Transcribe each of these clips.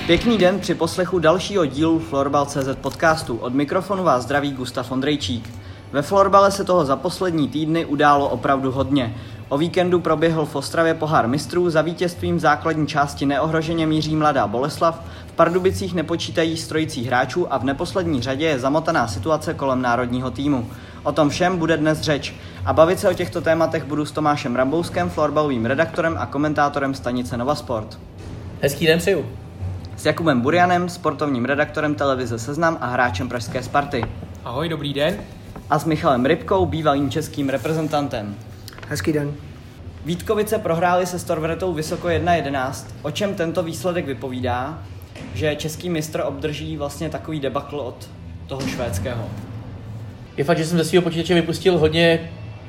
Pěkný den při poslechu dalšího dílu Florbal.cz podcastu. Od mikrofonu vás zdraví Gustav Ondrejčík. Ve florbale se toho za poslední týdny událo opravdu hodně. O víkendu proběhl v Ostravě pohár mistrů, za vítězstvím v základní části neohroženě míří Mladá Boleslav, v Pardubicích nepočítají s trojicí hráčů a v neposlední řadě je zamotaná situace kolem národního týmu. O tom všem bude dnes řeč. A bavit se o těchto tématech budu s Tomášem Rambouskem, florbalovým redaktorem a komentátorem stanice Nova Sport. Hezký den přeju. S Jakubem Burianem, sportovním redaktorem televize Seznam a hráčem pražské Sparty. Ahoj, dobrý den. A s Michalem Rybkou, bývalým českým reprezentantem. Hezký den. Vítkovice prohráli se Storvretou Vysoko 1-11. O čem tento výsledek vypovídá? Že český mistr obdrží vlastně takový debakl od toho švédského. Je fakt, že jsem ze svého počítače vypustil hodně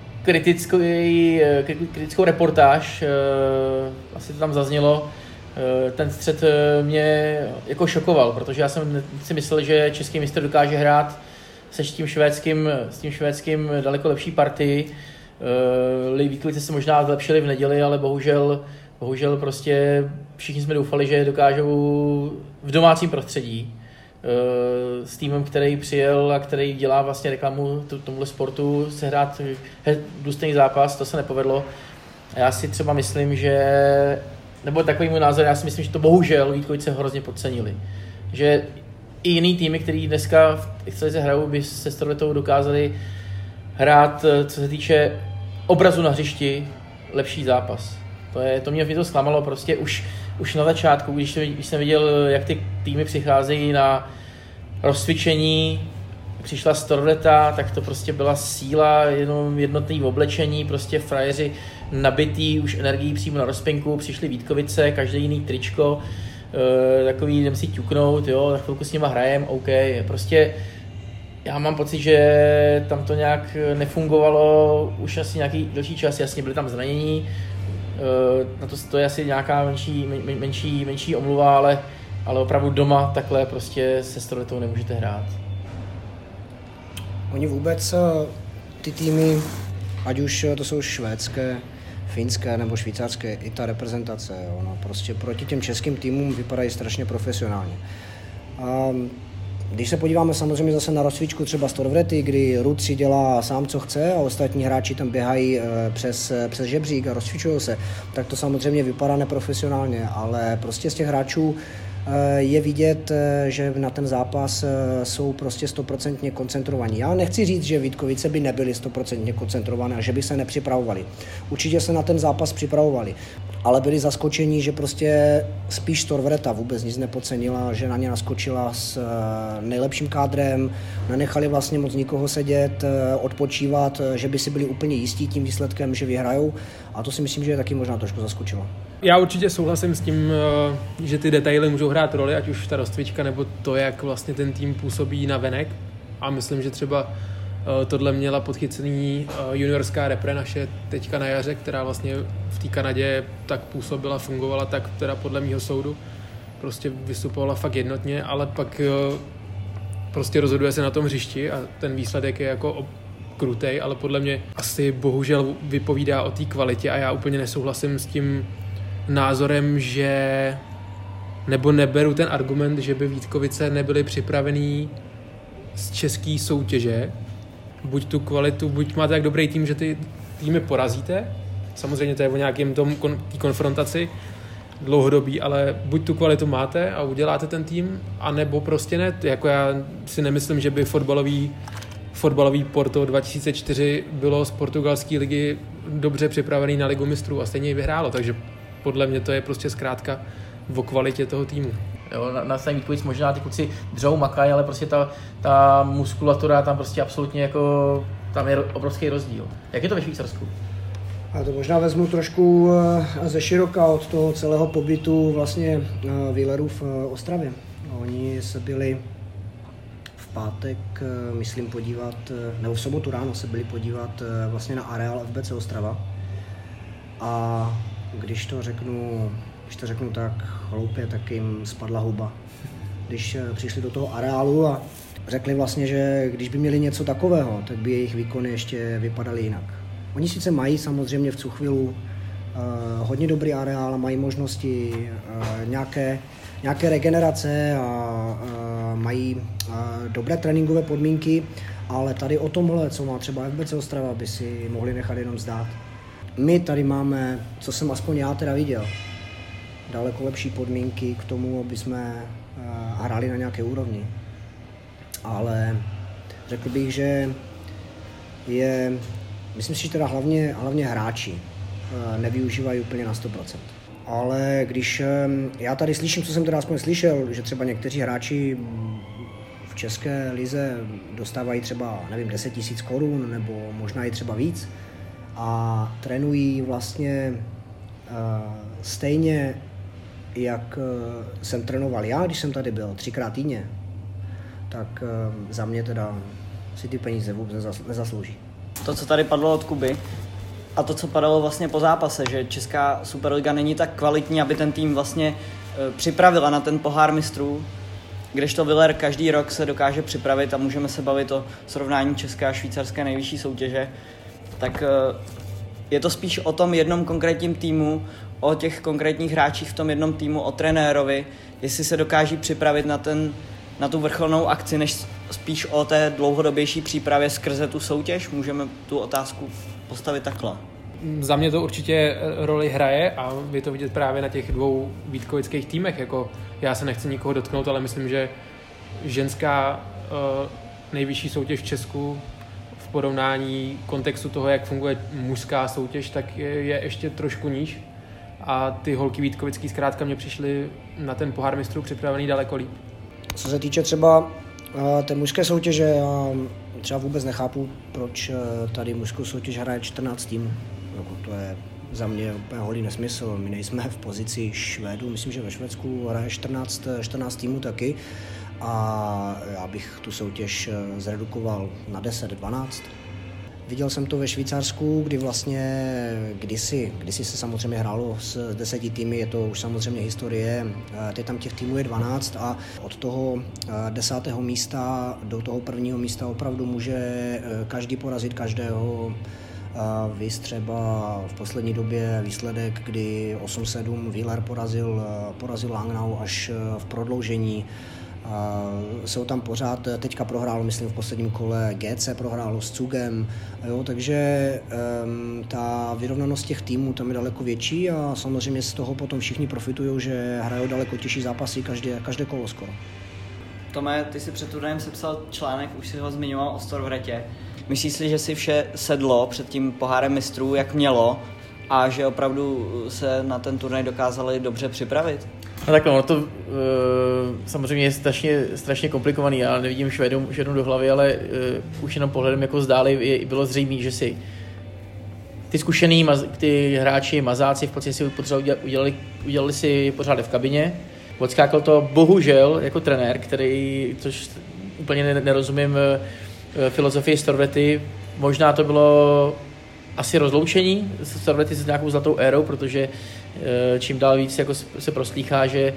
kritickou reportáž. Asi to tam zaznělo. Ten střet mě jako šokoval, protože já jsem si myslel, že český mistr dokáže hrát s tím švédským daleko lepší partii. Vítkovice se možná zlepšili v neděli, ale bohužel prostě všichni jsme doufali, že dokážou v domácím prostředí s týmem, který přijel a který dělá vlastně reklamu tomuhle sportu, sehrát důstojný zápas. To se nepovedlo. A já si třeba myslím, nebo takový můj názor, já si myslím, že to bohužel Vítkovice hrozně podcenili. Že i jiný týmy, který dneska v extralize hrajou, by se Storvetou dokázali hrát, co se týče obrazu na hřišti, lepší zápas. To mě to zklamalo prostě už na začátku, když jsem viděl, jak ty týmy přicházejí na rozcvičení, přišla Storveta, tak to prostě byla síla, jenom jednotný oblečení, prostě frajeři nabitý už energií přímo na rozpěnku, přišli Vítkovice, každý jiný tričko, takový jdem si ťuknout, jo, za chvilku s nima hrajem, OK, prostě já mám pocit, že tam to nějak nefungovalo už asi nějaký delší čas, jasně byly tam zranění, na to je asi nějaká menší omluva, ale opravdu doma takhle prostě se Storvetou nemůžete hrát. Oni vůbec, ty týmy, ať už to jsou švédské, finské nebo švýcarské, i ta reprezentace, no prostě proti těm českým týmům vypadají strašně profesionálně. A když se podíváme samozřejmě zase na rozcvičku třeba Storvrety, kdy Rud si dělá sám, co chce a ostatní hráči tam běhají přes žebřík a rozcvičují se, tak to samozřejmě vypadá neprofesionálně, ale prostě z těch hráčů je vidět, že na ten zápas jsou prostě 100% koncentrovaní. Já nechci říct, že Vítkovice by nebyly 100% koncentrované a že by se nepřipravovali. Určitě se na ten zápas připravovali, ale byli zaskočeni, že prostě spíš Storvreta vůbec nic nepodcenila, že na ně naskočila s nejlepším kádrem, nenechali vlastně moc nikoho sedět, odpočívat, že by si byli úplně jistí tím výsledkem, že vyhrajou, a to si myslím, že je taky možná trošku zaskočilo. Já určitě souhlasím s tím, že ty detaily můžou hrát roli, ať už ta rozcvička nebo to, jak vlastně ten tým působí na venek. A myslím, že třeba tohle měla podchycený juniorská repre naše teďka na jaře, která vlastně v té Kanadě tak působila, fungovala tak teda podle mýho soudu. Prostě vystupovala fakt jednotně, ale pak prostě rozhoduje se na tom hřišti a ten výsledek je jako krutej, ale podle mě asi bohužel vypovídá o té kvalitě a já úplně nesouhlasím s tím názorem, že nebo neberu ten argument, že by Vítkovice nebyly připravený z české soutěže. Buď tu kvalitu, buď máte tak dobrý tým, že ty týmy porazíte, samozřejmě to je o nějakém té konfrontaci dlouhodobí, ale buď tu kvalitu máte a uděláte ten tým, anebo prostě ne. Jako já si nemyslím, že by fotbalový Porto 2004 bylo z portugalské ligy dobře připravený na Ligu mistrů a stejně ji vyhrálo, takže podle mě to je prostě zkrátka o kvalitě toho týmu. Jo, na straně Vítkovic možná ty kluci dřou, makají, ale prostě ta muskulatura tam prostě absolutně jako, tam je obrovský rozdíl. Jak je to ve Švýcarsku? A to možná vezmu trošku ze široka od toho celého pobytu vlastně Wielerů v Ostravě. Oni se byli v pátek, myslím, podívat, nebo v sobotu ráno se byli podívat vlastně na areál FBC Ostrava. A když to řeknu tak hloupě, tak jim spadla huba. Když přišli do toho areálu a řekli vlastně, že když by měli něco takového, tak by jejich výkony ještě vypadaly jinak. Oni sice mají samozřejmě v Cuchvilu hodně dobrý areál, mají možnosti nějaké nějaké regenerace a mají dobré tréninkové podmínky, ale tady o tomhle, co má třeba FBC Ostrava, by si mohli nechat jenom zdát. My tady máme, co jsem aspoň já teda viděl, daleko lepší podmínky k tomu, aby jsme hráli na nějaké úrovni. Ale řekl bych, že myslím si, že teda hlavně hráči nevyužívají úplně na 100%. Ale když já tady slyším, co jsem teda aspoň slyšel, že třeba někteří hráči v české lize dostávají třeba, nevím, 10 000 korun nebo možná i třeba víc a trénují vlastně stejně, jak jsem trénoval já, když jsem tady byl 3x týdně, tak za mě teda si ty peníze vůbec nezaslouží. To, co tady padlo od Kuby, a to, co padalo vlastně po zápase, že Česká Superliga není tak kvalitní, aby ten tým vlastně připravila na ten pohár mistrů, kdežto Willer každý rok se dokáže připravit a můžeme se bavit o srovnání české a švýcarské nejvyšší soutěže, tak je to spíš o tom jednom konkrétním týmu, o těch konkrétních hráčích v tom jednom týmu, o trenérovi, jestli se dokáží připravit na tu vrcholnou akci, než spíš o té dlouhodobější přípravě skrze tu soutěž. Můžeme tu otázku postavit takhle. Za mě to určitě roli hraje a je to vidět právě na těch 2 vítkovických týmech. Jako já se nechci nikoho dotknout, ale myslím, že ženská nejvyšší soutěž v Česku v porovnání kontextu toho, jak funguje mužská soutěž, tak je ještě trošku níž. A ty holky vítkovický zkrátka mě přišly na ten pohár mistrů připravený daleko líp. Co se týče třeba té mužské soutěže, já třeba vůbec nechápu, proč tady mužskou soutěž hraje 14 týmů. To je za mě úplně holý nesmysl. My nejsme v pozici Švédů, myslím, že ve Švédsku hraje 14 týmů taky a já bych tu soutěž zredukoval na 10-12. Viděl jsem to ve Švýcarsku, kdy vlastně kdysi se samozřejmě hrálo s 10 týmy, je to už samozřejmě historie, teď tam těch týmů je 12 a od toho 10. místa do toho 1. místa opravdu může každý porazit každého. Víc třeba v poslední době výsledek, kdy 8-7 Willer porazil Langnau až v prodloužení. Jsou tam pořád, teďka prohrál, myslím, v posledním kole GC prohrálo s Cugem, jo, takže ta vyrovnanost těch týmů tam je daleko větší a samozřejmě z toho potom všichni profitují, že hrajou daleko těžší zápasy každé kolo skoro. Tome, ty si před turnajem sepsal článek, už si ho zmiňoval o Storvretě. Myslíš si, že si vše sedlo před tím pohárem mistrů, jak mělo, a že opravdu se na ten turnaj dokázali dobře připravit? No takhle, ono to samozřejmě je strašně komplikovaný, já nevidím Švédům do hlavy, ale už jenom pohledem jako zdáli bylo zřejmé, že si ty zkušený ty hráči, mazáci v podstatě si udělali si pořád v kabině. Odskákal to bohužel jako trenér, což úplně nerozumím filozofii Storvrety. Možná to bylo asi rozloučení Storvrety s nějakou zlatou érou, protože čím dál víc jako se proslýchá, že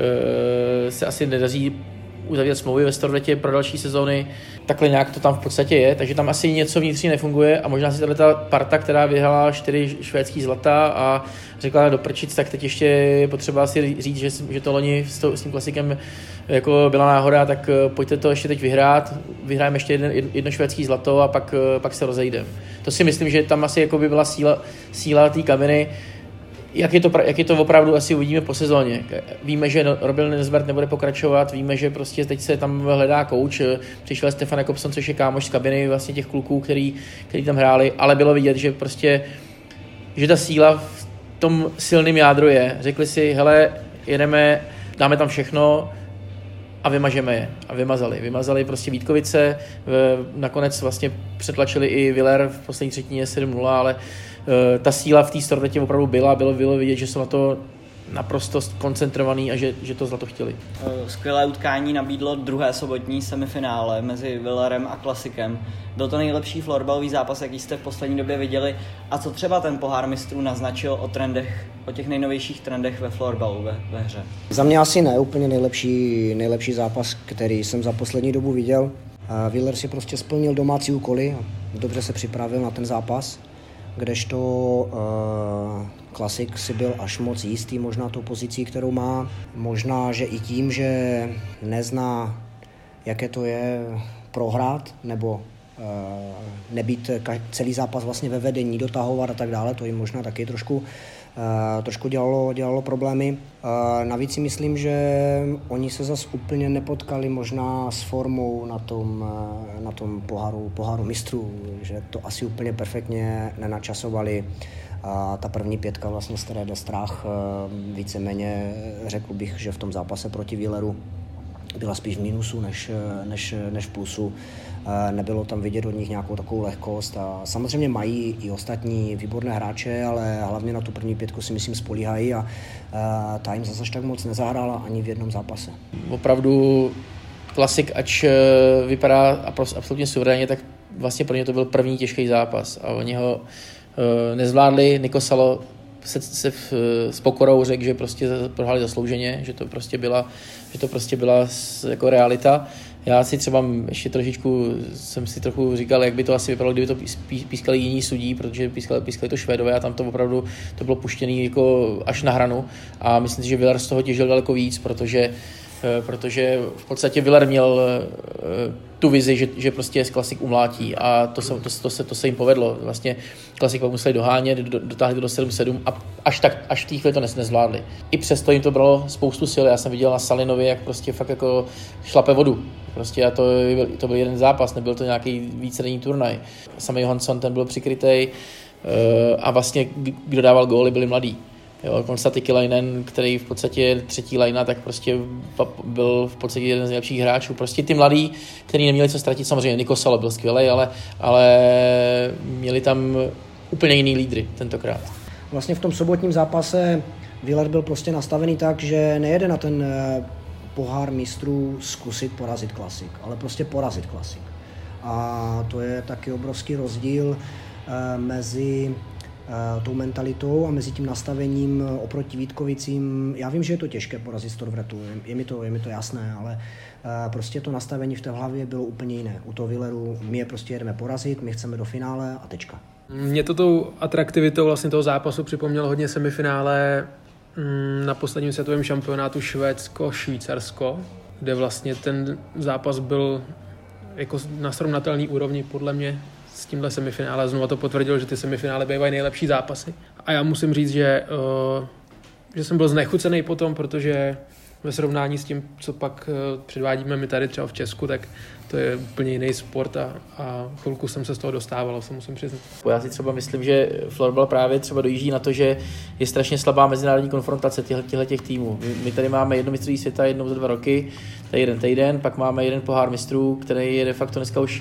se asi nedaří uzavírat smlouvy ve Storvretě pro další sezóny. Takhle nějak to tam v podstatě je, takže tam asi něco vnitřně nefunguje a možná si ta parta, která vyhrála 4 švédský zlata a řekla do prčic, tak teď ještě je potřeba si říct, že to loni s tím klasikem jako byla náhoda, tak pojďte to ještě teď vyhrát, vyhrajeme ještě jedno švédský zlato a pak se rozejdeme. To si myslím, že tam asi jako by byla síla té kabiny. Jak je to opravdu, asi uvidíme po sezóně. Víme, že Robin Nesbert nebude pokračovat, víme, že prostě teď se tam hledá kouč, přišel Stefan Jakobson, což je kámoš z kabiny vlastně těch kluků, který tam hráli, ale bylo vidět, že prostě, že ta síla v tom silném jádru je. Řekli si, hele, jedeme, dáme tam všechno a vymažeme je. A vymazali prostě Vítkovice, nakonec vlastně přetlačili i Willer v poslední třetině 7-0, ale ta síla v té Storvretě opravdu bylo vidět, že jsou na to naprosto koncentrovaný a že to zlato chtěli. Skvělé utkání nabídlo druhé sobotní semifinále mezi Willerem a Klasikem. Byl to nejlepší florbalový zápas, jaký jste v poslední době viděli. A co třeba ten pohár mistrů naznačil o těch nejnovějších trendech ve florbalu ve hře? Za mě asi ne úplně nejlepší zápas, který jsem za poslední dobu viděl. Willer si prostě splnil domácí úkoly, dobře se připravil na ten zápas. kdežto Klasik si byl až moc jistý možná tou pozicí, kterou má. Možná, že i tím, že nezná, jaké to je prohrát, nebo nebýt celý zápas vlastně ve vedení, dotahovat a tak dále, to jim možná taky trošku dělalo problémy. Navíc si myslím, že oni se zas úplně nepotkali možná s formou na tom poháru mistrů, že to asi úplně perfektně nenačasovali. A ta první 5 vlastně z které jde strach, víceméně řekl bych, že v tom zápase proti Villeru byla spíš v mínusu než v plusu. Nebylo tam vidět od nich nějakou takovou lehkost a samozřejmě mají i ostatní výborné hráče, ale hlavně na tu první 5 si myslím spolíhají a ta jim zase tak moc nezahrála ani v jednom zápase. Opravdu Klasik, ač vypadá absolutně suverénně, tak vlastně pro ně to byl první těžký zápas a oni ho nezvládli. Nikosalo se s pokorou řekl, že prostě prohráli zaslouženě, že to prostě byla jako realita. Já si třeba ještě jsem si trochu říkal, jak by to asi vypadalo, kdyby to pískali jiní sudí, protože pískali to Švédové a tam to opravdu to bylo puštěný jako až na hranu a myslím si, že Villar z toho těžil daleko víc, protože v podstatě Villar měl tu vizi, že prostě Klasik umlátí a to se jim povedlo. Vlastně Klasik pak museli dohánět, dotáhli to do 7-7 a až v té chvíli to nezvládli. I přesto jim to bralo spoustu sil. Já jsem viděl na Salinovi, jak prostě fakt jako šlape vodu. Prostě a to byl jeden zápas, nebyl to nějaký vícedenní turnaj. Samý Johansson, ten byl přikrytej a vlastně kdo dával góly, byli mladí. Jo, Konstantin Kilainen, který v podstatě třetí lajna, tak prostě byl v podstatě jeden z nejlepších hráčů. Prostě ty mladí, kteří neměli co ztratit, samozřejmě Nikosalo byl skvělej, ale měli tam úplně jiný lídry tentokrát. Vlastně v tom sobotním zápase Villar byl prostě nastavený tak, že nejede na ten pohár mistrů zkusit porazit Klasik, ale prostě porazit Klasik. A to je taky obrovský rozdíl mezi tou mentalitou a mezi tím nastavením oproti Vítkovicím. Já vím, že je to těžké porazit Storvretu, je mi to jasné, ale prostě to nastavení v té hlavě bylo úplně jiné. U toho Villeru my je prostě jedeme porazit, my chceme do finále a tečka. Mě to tou atraktivitou vlastně toho zápasu připomnělo hodně semifinále na posledním světovém šampionátu Švédsko-Švýcarsko, kde vlastně ten zápas byl jako na srovnatelný úrovni podle mě s tímhle semifinále. Znova to potvrdil, že ty semifinále bývají nejlepší zápasy. A já musím říct, že jsem byl znechucený potom, protože ve srovnání s tím, co pak předvádíme my tady třeba v Česku, tak to je úplně jiný sport a chvilku jsem se z toho dostával, se musím přiznat. Já si třeba myslím, že florbal právě třeba dojíždí na to, že je strašně slabá mezinárodní konfrontace těch týmů. My tady máme jedno mistrovství světa jednou za 2 roky, to je jeden týden, pak máme jeden pohár mistrů, který je de facto dneska už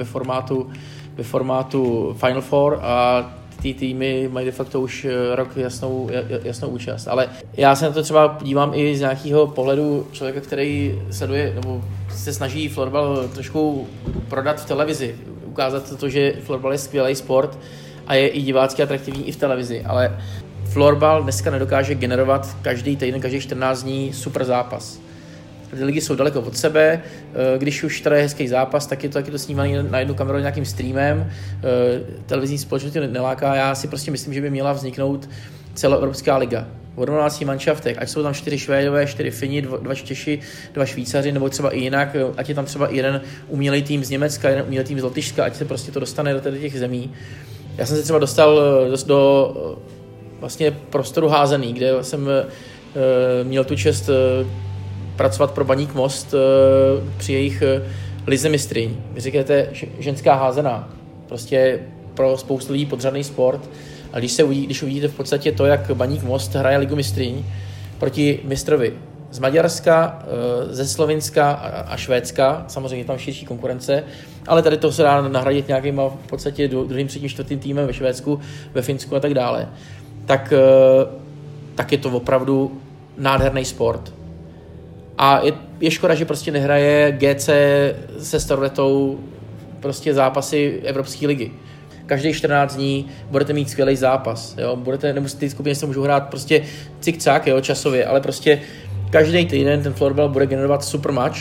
ve formátu Final Four a ty týmy mají de facto už rok jasnou účast. Ale já se na to třeba dívám i z nějakého pohledu člověka, který sleduje nebo se snaží florbal trošku prodat v televizi. Ukázat to, že florbal je skvělý sport a je i divácky atraktivní i v televizi. Ale florbal dneska nedokáže generovat každý týden, každých 14 dní super zápas. Ty ligy jsou daleko od sebe, když už tady je hezký zápas, tak je to snímaný na jednu kameru nějakým streamem, televizní společnost to neláká, já si prostě myslím, že by měla vzniknout celoevropská liga. V 12 manšaftech, ať jsou tam 4 Švédové, 4 Fini, 2 Češi, 2 Švýcaři, nebo třeba i jinak, ať je tam třeba jeden umělej tým z Německa, jeden umělej tým z Lotyšska, ať se prostě to dostane do těch zemí. Já jsem se třeba dostal do vlastně prostoru házený, kde jsem měl tu čest pracovat pro Baník Most při jejich lize mistryň. Vy říkáte ženská házená. Prostě pro spoustu lidí podřadný sport. A když uvidíte v podstatě to, jak Baník Most hraje ligu mistryň proti mistrovi z Maďarska, ze Slovinska a Švédska, samozřejmě tam širší konkurence, ale tady to se dá nahradit nějakým v podstatě druhým, třetím, čtvrtým týmem ve Švédsku, ve Finsku a tak dále. Tak je to opravdu nádherný sport. A je škoda, že prostě nehraje GC se Storvetou prostě zápasy Evropské ligy. Každý 14 dní budete mít skvělý zápas. Jo? Ty skupiny se můžou hrát prostě cik-cak, jo, časově, ale prostě každý týden ten florbal bude generovat super match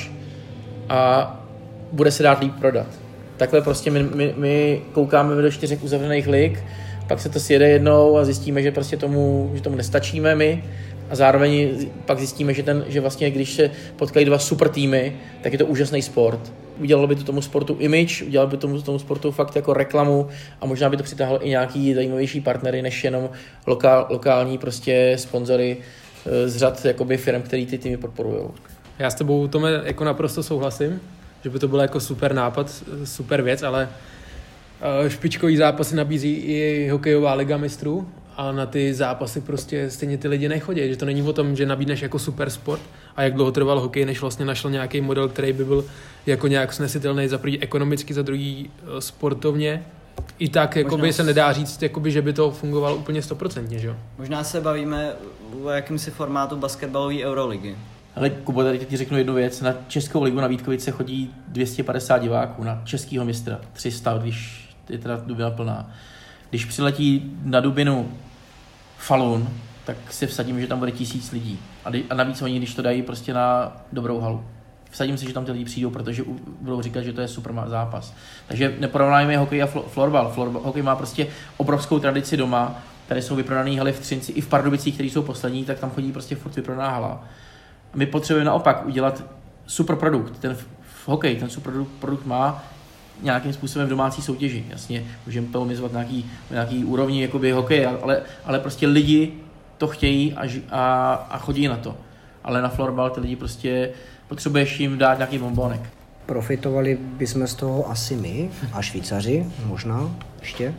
a bude se dát líp prodat. Takhle prostě my koukáme do 4 uzavřených lig pak se to sjede jednou a zjistíme, že prostě tomu nestačíme my a zároveň pak zjistíme, že vlastně když se potkají dva super týmy, tak je to úžasný sport. Udělalo by to tomu sportu image, udělalo by tomu sportu fakt jako reklamu a možná by to přitáhlo i nějaký zajímavější partnery, než jenom lokální prostě sponzory z řad jakoby firm, který ty týmy podporujou. Já s tebou, Tome, jako naprosto souhlasím, že by to byl jako super nápad, super věc, ale špičkový zápasy nabízí i hokejová liga mistrů a na ty zápasy prostě stejně ty lidi nechodí, že to není o tom, že nabídneš jako super sport a jak dlouho trval hokej, než vlastně našel nějaký model, který by byl jako nějak snesitelný za první ekonomicky, za druhý sportovně. I tak jakoby se nedá říct, jakoby, že by to fungovalo úplně 100%, že jo? Možná se bavíme o jakýmsi formátu basketbalové Euroligy. Ale Kubo, tady ti řeknu jednu věc. Na Českou ligu na Vítkovice chodí 250 diváků, na českýho mistra 300, když je teda Dubina plná. Když přiletí na Dubinu Falun, tak si vsadím, že tam bude 1000 lidí. A navíc oni, když to dají prostě na dobrou halu. Vsadím si, že tam ty lidi přijdou, protože budou říkat, že to je super zápas. Takže neporovnáme hokej a florbal. Hokej má prostě obrovskou tradici doma. Tady jsou vyprodané haly v Třinci i v Pardubicích, které jsou poslední, tak tam chodí prostě furt vyprodaná hala. A my potřebujeme naopak udělat super produkt. Ten hokej, ten super produkt má nějakým způsobem v domácí soutěži. Jasně, můžeme polemizovat nějaký úrovni jakoby hokeje, ale prostě lidi to chtějí a chodí na to. Ale na florbal ty lidi prostě potřebuješ jim dát nějaký bonbónek. Profitovali bychom z toho asi my a Švýcaři, možná ještě.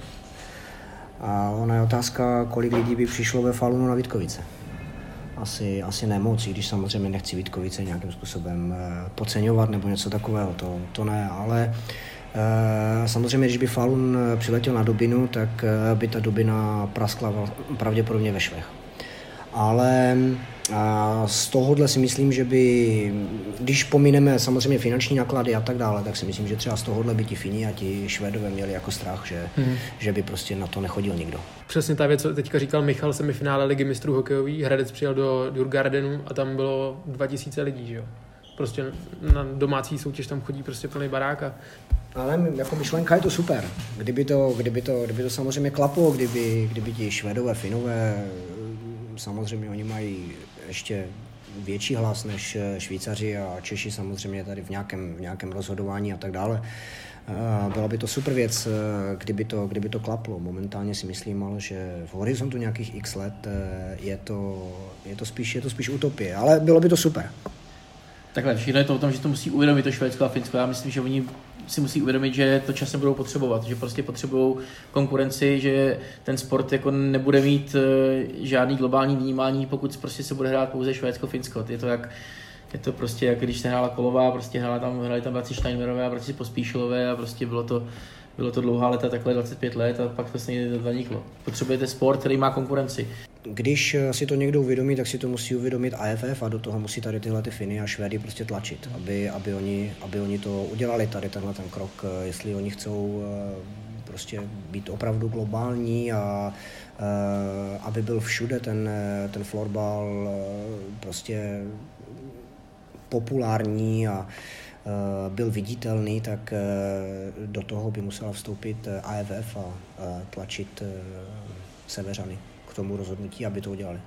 A ona je otázka, kolik lidí by přišlo ve Falunu na Vítkovice. Asi nemoc, když samozřejmě nechci Vítkovice nějakým způsobem podceňovat nebo něco takového, to ne, ale samozřejmě, když by Falun přiletěl na Dubinu, tak by ta Dubina praskla pravděpodobně ve švech. Ale z tohohle si myslím, že by, když pomineme samozřejmě finanční náklady a tak dále, tak si myslím, že třeba z tohohle by ti Fini a ti Švédové měli jako strach, že by prostě na to nechodil nikdo. Přesně ta věc, co teďka říkal Michal, semifinále Ligy mistrů hokejový, Hradec přijel do Djurgardenu a tam bylo 2000 lidí, že jo. Prostě na domácí soutěž tam chodí prostě plný barák a... Ale jako myšlenka je to super. Kdyby to samozřejmě klaplo, kdyby ti Švédové, Finové, samozřejmě oni mají ještě větší hlas než Švýcaři a Češi samozřejmě tady v nějakém rozhodování a tak dále. Byla by to super věc, kdyby to klaplo. Momentálně si myslím, ale že v horizontu nějakých x let je to spíš utopie, ale bylo by to super. Takhle, všechno je to o tom, že to musí uvědomit to Švédsko a Finsko. Já myslím, že oni si musí uvědomit, že to časem budou potřebovat, že prostě potřebují konkurenci, že ten sport jako nebude mít žádný globální vnímání, pokud prostě se bude hrát pouze Švédsko, Finsko. Je to prostě jak když se hrála kolová, prostě hráli tam bratři Steinmerové a bratři Pospíšilové a prostě bylo to dlouhá léta, takhle 25 let a pak to se někde zaniklo. Potřebujete sport, který má konkurenci. Když si to někdo uvědomí, tak si to musí uvědomit AFF a do toho musí tady tyhle ty Finy a Švédy prostě tlačit, aby oni to udělali tady tenhle ten krok, jestli oni chcou prostě být opravdu globální a aby byl všude ten florbal prostě populární a byl viditelný, tak do toho by musela vstoupit AFF a tlačit Severany k tomu rozhodnutí, aby to udělali.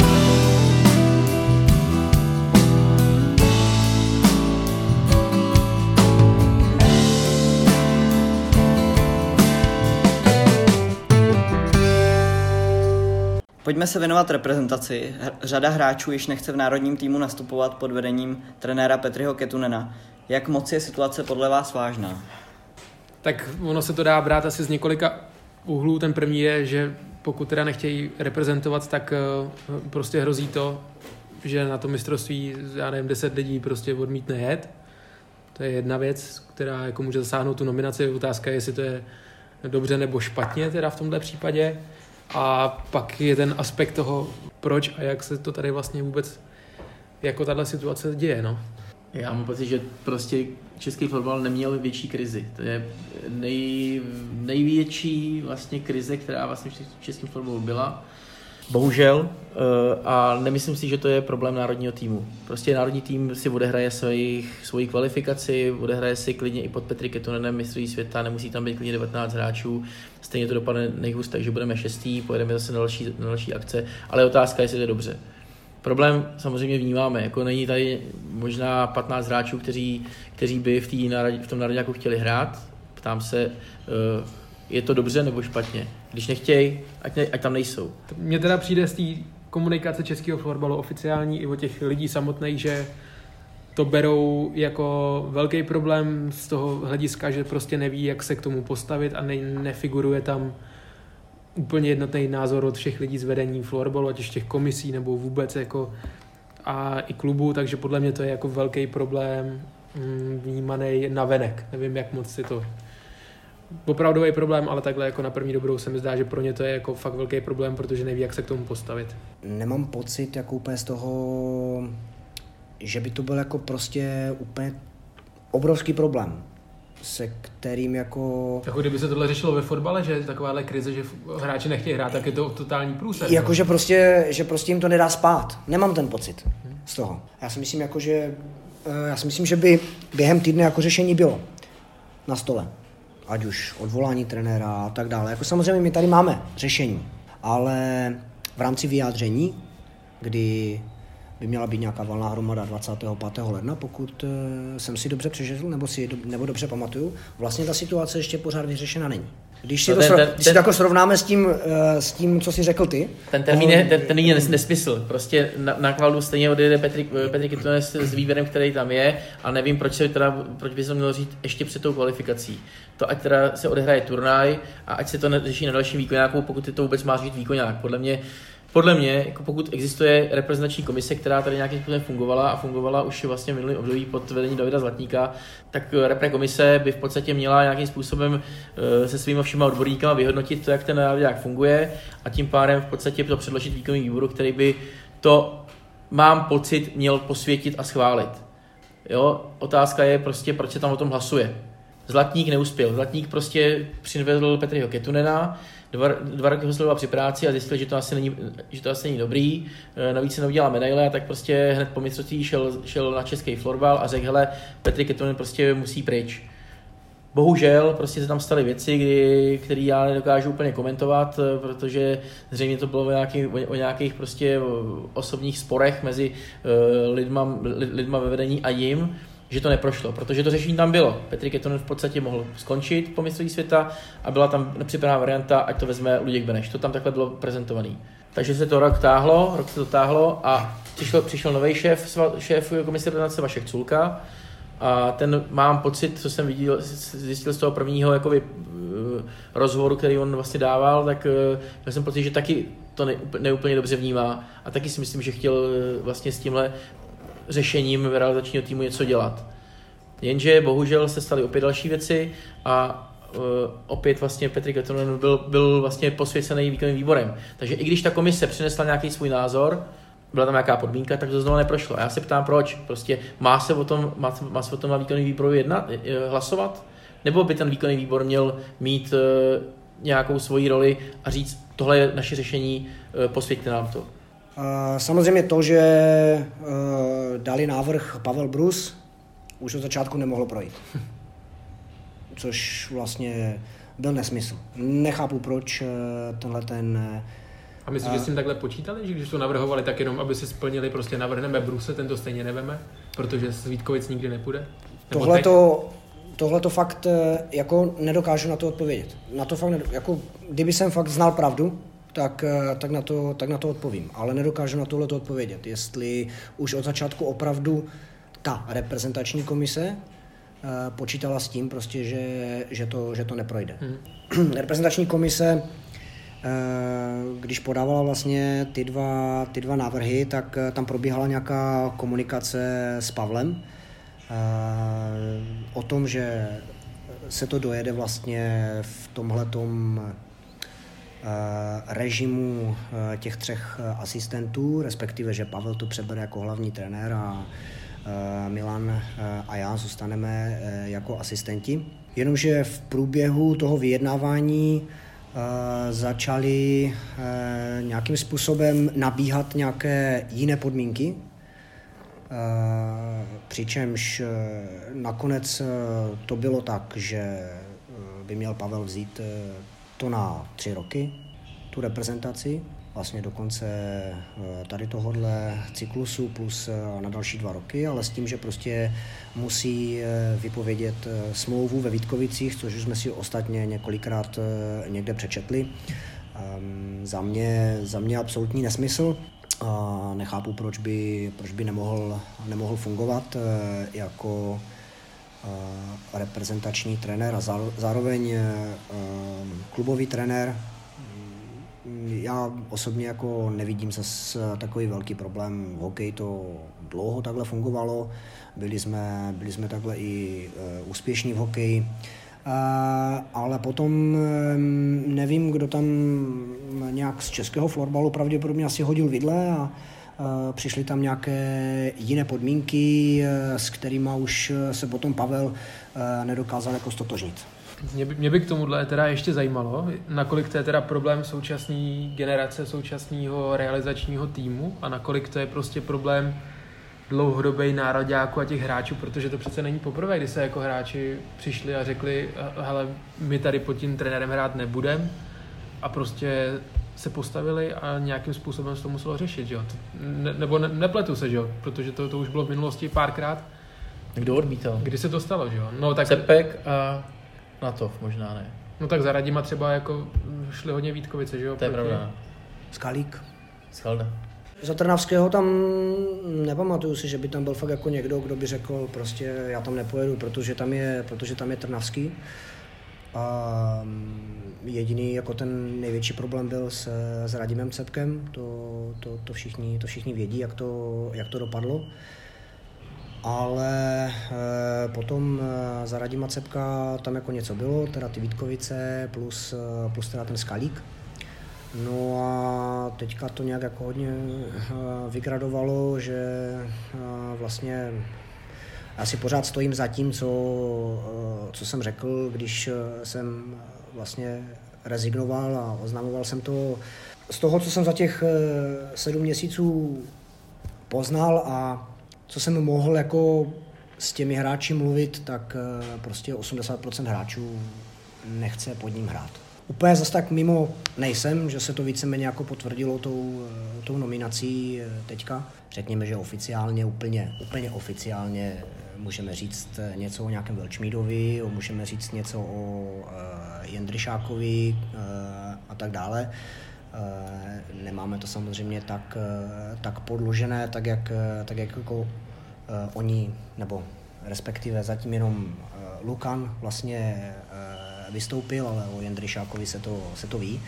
Pojďme se věnovat reprezentaci. Řada hráčů již nechce v národním týmu nastupovat pod vedením trenéra Petriho Ketunena. Jak moc je situace podle vás vážná? Tak ono se to dá brát asi z několika úhlů. Ten první je, že pokud teda nechtějí reprezentovat, tak prostě hrozí to, že na to mistrovství, 10 lidí prostě odmítne jet. To je jedna věc, která jako může zasáhnout tu nominaci. Otázka je, jestli to je dobře nebo špatně teda v tomhle případě. A pak je ten aspekt toho, proč a jak se to tady vlastně vůbec jako tahle situace děje, no. Já mám pocit, že prostě český fotbal neměl větší krizi. To je největší vlastně krize, která vlastně v českém fotbalu byla. Bohužel. A nemyslím si, že to je problém národního týmu. Prostě národní tým si odehraje svoji kvalifikaci, odehraje si klidně i pod Petry Kettunenem mistrovství světa, nemusí tam být klidně 19 hráčů, stejně to dopadne nejhůř, takže budeme 6. pojedeme zase na další akce, ale otázka je, jestli to je dobře. Problém samozřejmě vnímáme, jako není tady možná 15 hráčů, kteří by v tom národňáku chtěli hrát. Ptám se, je to dobře nebo špatně? Když nechtějí, ať tam nejsou. Mně teda přijde z té komunikace českého florbalu oficiální i od těch lidí samotných, že to berou jako velký problém z toho hlediska, že prostě neví, jak se k tomu postavit a nefiguruje tam úplně jednotný názor od všech lidí z vedení florbalu, ať už těch komisí nebo vůbec jako a i klubu, takže podle mě to je jako velký problém vnímaný navenek. Nevím, jak moc si to opravdový problém, ale takhle jako na první dobrou se mi zdá, že pro ně to je jako fakt velký problém, protože neví, jak se k tomu postavit. Nemám pocit jako úplně z toho, že by to byl jako prostě úplně obrovský problém, se kterým jako kdyby se tohle řešilo ve fotbale, že takováhle krize, že hráči nechtějí hrát, tak je to totální průser. Jako, že prostě jim to nedá spát. Nemám ten pocit z toho. Já si myslím, že by během týdne jako řešení bylo na stole. Ať už odvolání trenéra a tak dále. Jako samozřejmě my tady máme řešení, ale v rámci vyjádření, kdy by měla být nějaká valná hromada 25. ledna, pokud jsem si dobře přečetl nebo dobře pamatuju, vlastně ta situace ještě pořád vyřešena není. Když si to jako srovnáme s tím, co jsi řekl ty. Ten termín je nesmysl. Prostě na Kvaldu stejně odjede Petr Kettunen s výběrem, který tam je, a nevím, proč by se mělo říct ještě před tou kvalifikací. To ať teda se odehraje turnaj a ať se to neřeší na dalším výkonňáku, pokud je to vůbec má říct výkonňák. Podle mě, jako pokud existuje reprezentační komise, která tady nějakým způsobem fungovala už vlastně v minulém období pod vedením Davida Zlatníka, tak repre komise by v podstatě měla nějakým způsobem se svýma všema odborníkama vyhodnotit to, jak ten národňák funguje, a tím pádem v podstatě to předložit výkonnému výboru, který by to, mám pocit, měl posvětit a schválit. Jo? Otázka je prostě, proč se tam o tom hlasuje. Zlatník neuspěl. Zlatník prostě přivedl Petriho Kettunena, dva roky ho sledoval při práci a zjistil, že to asi není dobrý. Navíc se neudělal medaile, a tak prostě hned po mistrovství šel na český florbal a řekl, hele, Petr Kettunen prostě musí pryč. Bohužel prostě se tam staly věci, které já nedokážu úplně komentovat, protože zřejmě to bylo o nějakých prostě osobních sporech mezi lidma ve vedení a jim, že to neprošlo, protože to řešení tam bylo. Petr Kettunen v podstatě mohl skončit po mistrovství světa a byla tam nepřipravená varianta, ať to vezme Luděk Beneš. To tam takhle bylo prezentovaný. Takže se to rok se to táhlo a přišel nový šéf komise reprezentace Vašek Culka, a ten, mám pocit, co jsem zjistil z toho prvního jakoby rozhovoru, který on vlastně dával, tak měl jsem pocit, že taky to neúplně dobře vnímá, a taky si myslím, že chtěl vlastně s tímhle řešením realizačního týmu něco dělat. Jenže bohužel se staly opět další věci a opět vlastně Petr Kettunen byl vlastně posvěcený výkonným výborem. Takže i když ta komise přinesla nějaký svůj názor, byla tam nějaká podmínka, tak to znovu neprošlo. A já se ptám, proč? Prostě má se o tom na výkonný výboru hlasovat? Nebo by ten výkonný výbor měl mít nějakou svoji roli a říct, tohle je naše řešení, posvěťte nám to? Samozřejmě to, že dali návrh Pavel Brus, už od začátku nemohlo projít. Což vlastně byl nesmysl. Nechápu, proč A myslíš, že s tím takhle počítali, že když to navrhovali, tak jenom, aby si splnili, prostě navrhneme Bruse, ten to stejně neveme, protože Vítkovic nikdy nepůjde? Tohleto fakt jako nedokážu na to odpovědět. Jako kdyby jsem fakt znal pravdu, tak na to odpovím. Ale nedokážu na tohleto odpovědět. Jestli už od začátku opravdu ta reprezentační komise počítala s tím, prostě, že to neprojde. Reprezentační komise, když podávala vlastně ty dva návrhy, tak tam probíhala nějaká komunikace s Pavlem o tom, že se to dojede vlastně v tomhletom režimu těch 3 asistentů, respektive, že Pavel to přebere jako hlavní trenér a Milan a já zůstaneme jako asistenti. Jenomže v průběhu toho vyjednávání začali nějakým způsobem nabíhat nějaké jiné podmínky, přičemž nakonec to bylo tak, že by měl Pavel vzít to na 3 roky, tu reprezentaci, vlastně do konce tady tohohle cyklusu plus na další 2 roky, ale s tím, že prostě musí vypovědět smlouvu ve Vítkovicích, což už jsme si ostatně několikrát někde přečetli. Za mě absolutní nesmysl. Nechápu, proč by nemohl fungovat jako reprezentační trenér a zároveň klubový trenér. Já osobně jako nevidím zase takový velký problém. V hokeji to dlouho takhle fungovalo, byli jsme takhle i úspěšní v hokeji, ale potom nevím, kdo tam nějak z českého florbalu pravděpodobně asi hodil vidle a přišly tam nějaké jiné podmínky, s kterými už se potom Pavel nedokázal jako stotožnit. Mě by k tomuhle teda ještě zajímalo, nakolik to je teda problém současné generace, současného realizačního týmu a nakolik to je prostě problém dlouhodobý nároďáků a těch hráčů, protože to přece není poprvé, kdy se jako hráči přišli a řekli, hele, my tady pod tím trenérem hrát nebudem a prostě se postavili a nějakým způsobem se to muselo řešit, že jo? Nebo nepletu se, že jo? Protože to už bylo v minulosti párkrát. Kdo odmítal? Kdy se to stalo, že jo? No, tak... Cepek a NATO, možná ne. No tak za Radima třeba jako šli hodně Vítkovice, že jo? To je pravda. Skalík. Schalda. Za Trnavského tam nepamatuju si, že by tam byl fakt jako někdo, kdo by řekl prostě já tam nepojedu, protože tam je Trnavský. A jediný jako ten největší problém byl s Radimem Cepkem, to všichni vědí, jak to dopadlo. Ale potom za Radima Cepka tam jako něco bylo, teda ty Vítkovice plus teda ten Skalík. No a teďka to nějak jako hodně vygradovalo, že vlastně já si pořád stojím za tím, co jsem řekl, když jsem vlastně rezignoval a oznamoval jsem to. Z toho, co jsem za těch 7 měsíců poznal a co jsem mohl jako s těmi hráči mluvit, tak prostě 80% hráčů nechce pod ním hrát. Úplně zase tak mimo nejsem, že se to víceméně jako potvrdilo tou nominací teďka. Řekněme, že oficiálně, úplně oficiálně můžeme říct něco o nějakém Velčmídovi, můžeme říct něco o Jindřišákovi a tak dále. Nemáme to samozřejmě tak podložené, tak jak jako oni, nebo respektive zatím jenom Lukan vlastně vystoupil, ale o Jindřišákovi se to ví.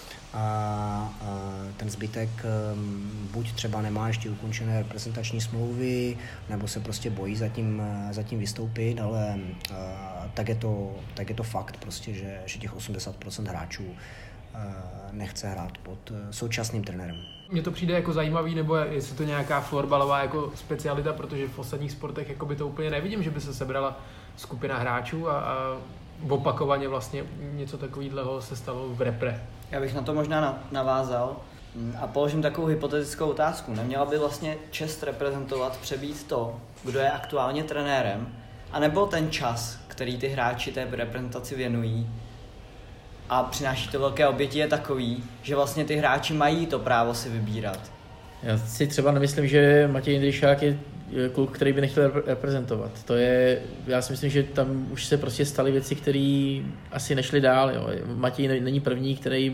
A ten zbytek buď třeba nemá ještě ukončené reprezentační smlouvy, nebo se prostě bojí zatím vystoupit, ale tak je to fakt prostě, že těch 80% hráčů nechce hrát pod současným trenérem. Mně to přijde jako zajímavý, nebo jestli to nějaká florbalová jako specialita, protože v ostatních sportech jako by to úplně nevidím, že by se sebrala skupina hráčů a opakovaně vlastně něco takového se stalo v repre. Já bych na to možná navázal a položím takovou hypotetickou otázku. Neměla by vlastně čest reprezentovat přebít to, kdo je aktuálně trenérem, anebo ten čas, který ty hráči té reprezentaci věnují a přináší to velké oběti, je takový, že vlastně ty hráči mají to právo si vybírat. Já si třeba nemyslím, že Matěj Jindřišák je kluk, který by nechtěl reprezentovat. Já si myslím, že tam už se prostě staly věci, které asi nešly dál. Jo. Matěj není první,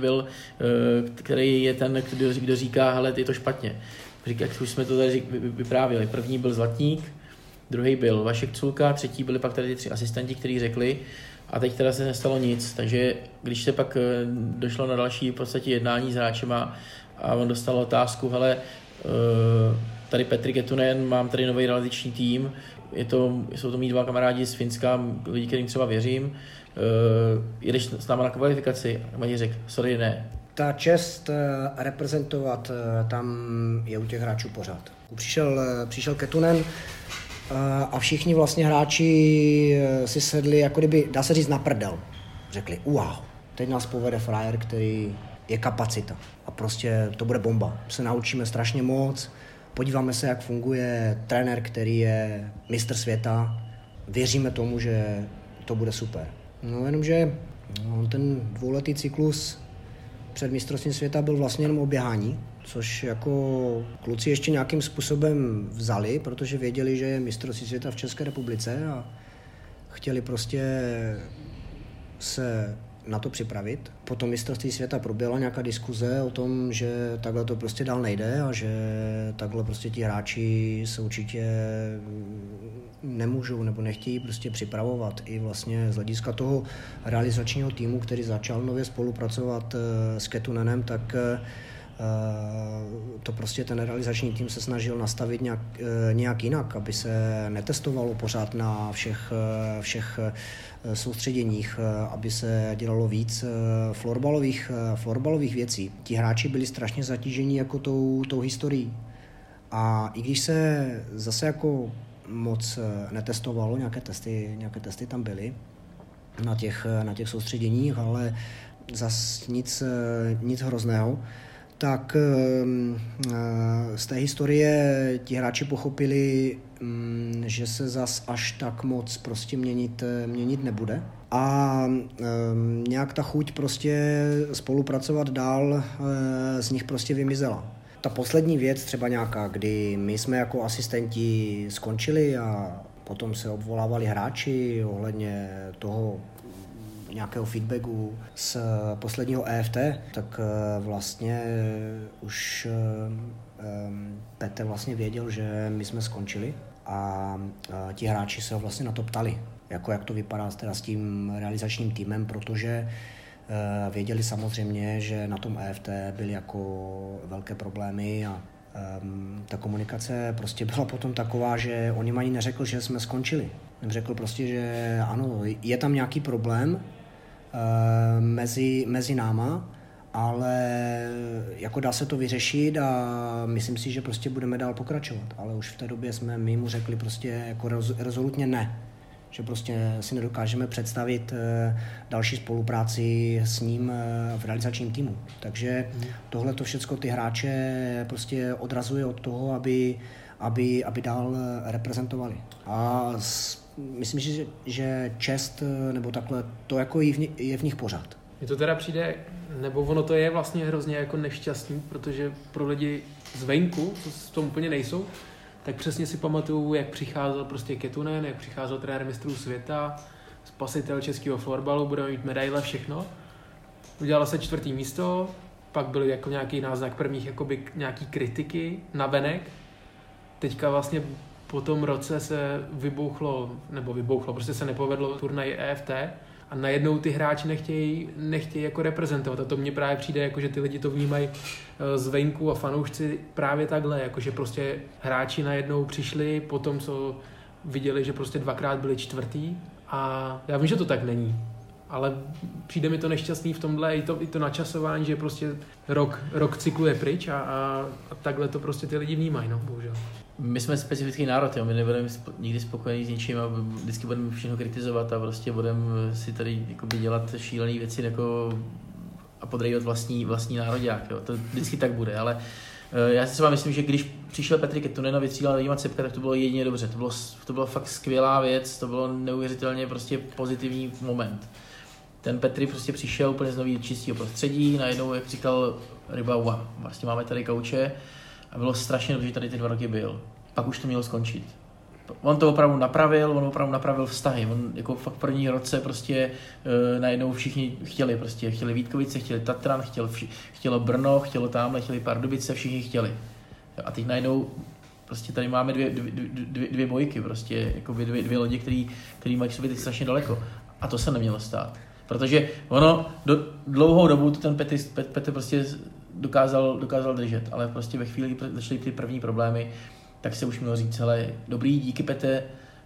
který je ten, kdo říká, hele, je to špatně. Jak už jsme to tady vyprávěli. První byl Zlatník, druhý byl Vašek Culka, třetí byli pak tady ty 3 asistenti, kteří řekli, a teď teda se nestalo nic. Takže když se pak došlo na další v podstatě jednání s hráčema a on dostal otázku, hele, tady Petr Ketunen, mám tady nový realizační tým, jsou to mý 2 kamarádi z Finska, lidi, kterým třeba věřím, jedeš s náma na kvalifikaci? A Matěj řekl, sorry, ne. Ta čest reprezentovat tam je u těch hráčů pořád. Přišel Ketunen a všichni vlastně hráči si sedli, jako kdyby, dá se říct, na prdel. Řekli, wow, teď nás povede frajer, který je kapacita a prostě to bude bomba. Se naučíme strašně moc, podíváme se, jak funguje trenér, který je mistr světa, věříme tomu, že to bude super. No jenomže ten dvouletý cyklus před mistrovstvím světa byl vlastně jenom o běhání, což jako kluci ještě nějakým způsobem vzali, protože věděli, že je mistrovství světa v České republice a chtěli prostě se na to připravit. Potom mistrovství světa proběhla nějaká diskuze o tom, že takhle to prostě dál nejde a že takhle prostě ti hráči se určitě nemůžou nebo nechtějí prostě připravovat. I vlastně z hlediska toho realizačního týmu, který začal nově spolupracovat s Ketunenem, tak to prostě ten realizační tým se snažil nastavit nějak jinak, aby se netestovalo pořád na všech soustředěních, aby se dělalo víc florbalových věcí. Ti hráči byli strašně zatížení jako tou historií. A i když se zase jako moc netestovalo, nějaké testy tam byly na těch soustředěních, ale zas nic hrozného, tak z té historie ti hráči pochopili, že se zas až tak moc prostě měnit nebude. A nějak ta chuť prostě spolupracovat dál z nich prostě vymizela. Ta poslední věc třeba nějaká, kdy my jsme jako asistenti skončili a potom se obvolávali hráči ohledně toho nějakého feedbacku z posledního EFT, tak vlastně už Pete vlastně věděl, že my jsme skončili a ti hráči se vlastně na to ptali, jako jak to vypadá teda s tím realizačním týmem, protože věděli samozřejmě, že na tom EFT byly jako velké problémy a ta komunikace prostě byla potom taková, že on jim ani neřekl, že jsme skončili. Řekl prostě, že ano, je tam nějaký problém mezi náma, ale jako dá se to vyřešit a myslím si, že prostě budeme dál pokračovat. Ale už v té době jsme my mu řekli prostě jako rezolutně ne. Že prostě si nedokážeme představit další spolupráci s ním v realizačním týmu. Takže tohle to všecko ty hráče prostě odrazuje od toho, aby dál reprezentovali. A myslím si, že čest nebo takhle to jako je v nich pořád. Mně to teda přijde, nebo ono to je vlastně hrozně jako nešťastný, protože pro lidi zvenku, co v tom úplně nejsou, tak přesně si pamatuju, jak přicházel prostě Ketunen, jak přicházel trenér mistrů světa, spasitel českého florbalu, budeme mít medaile, všechno. Udělalo se 4. místo, pak byl jako nějaký náznak prvních jakoby nějaký kritiky navenek. Teďka vlastně po tom roce se vybouchlo, prostě se nepovedlo turnaj EFT a najednou ty hráči nechtějí jako reprezentovat. A to mně právě přijde, jako, že ty lidi to vnímají zvenku a fanoušci právě takhle, jako, že prostě hráči najednou přišli po tom, co viděli, že prostě 2krát byli 4. A já vím, že to tak není, ale přijde mi to nešťastný v tomhle i to načasování, že prostě rok cyklu je pryč a takhle to prostě ty lidi vnímají, no, bohužel. My jsme specifický národ, jo? My nebudeme nikdy spokojení s ničím a vždycky budeme všechno kritizovat a prostě budeme si tady jakoby dělat šílené věci jako a podrývat vlastní nároďák. Jo? To vždycky tak bude, ale já si třeba myslím, že když přišel Petr Ketunen a vystřídal Radima Cepka, tak to bylo jedině dobře. To bylo fakt skvělá věc, to bylo neuvěřitelně prostě pozitivní moment. Ten Petr prostě přišel úplně z nového čistého prostředí, najednou, jak říkal Ryba, wow, vlastně máme tady kauče a bylo strašně dobře, že tady ty 2 roky byl. Pak už to mělo skončit. On to opravdu napravil vztahy. On jako fakt v první roce prostě najednou všichni chtěli Vítkovice, chtěli Tatran, chtělo Brno, chtělo tamhle, chtěli Pardubice, všichni chtěli. A teď najednou prostě tady máme dvě bojky, prostě jakoby dvě lodi, který mají k sobě teď strašně daleko. A to se nemělo stát. Protože ono dlouhou dobu to ten Petr prostě dokázal držet, ale prostě ve chvíli, kdy začaly ty první problémy, tak se už mělo říct, hele, dobrý, díky Pete,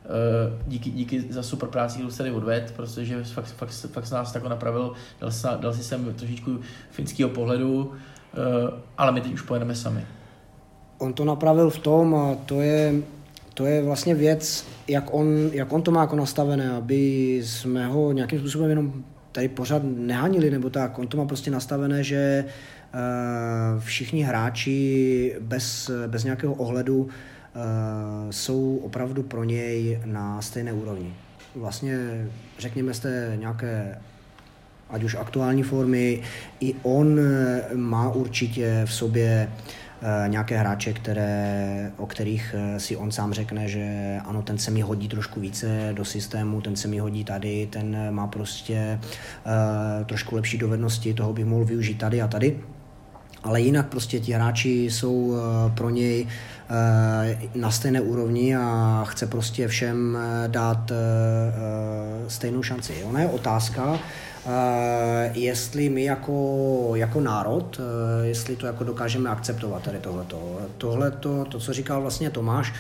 díky za super práci, kterou jsi tady odvedl, protože fakt nás tak napravil, dal si sem trošičku finského pohledu, ale my teď už pojedeme sami. On to napravil v tom a to je vlastně věc, jak on to má jako nastavené, aby jsme ho nějakým způsobem jenom tady pořád nehanili nebo tak. On to má prostě nastavené, že všichni hráči bez nějakého ohledu jsou opravdu pro něj na stejné úrovni. Vlastně řekněme z té nějaké ať už aktuální formy, i on má určitě v sobě nějaké hráče, o kterých si on sám řekne, že ano, ten se mi hodí trošku více do systému, ten se mi hodí tady, ten má prostě trošku lepší dovednosti, toho bych mohl využít tady a tady. Ale jinak prostě ti hráči jsou pro něj na stejné úrovni a chce prostě všem dát stejnou šanci. Ona je otázka, jestli my jako národ, jestli to jako dokážeme akceptovat tady tohleto, to, co říkal vlastně Tomáš,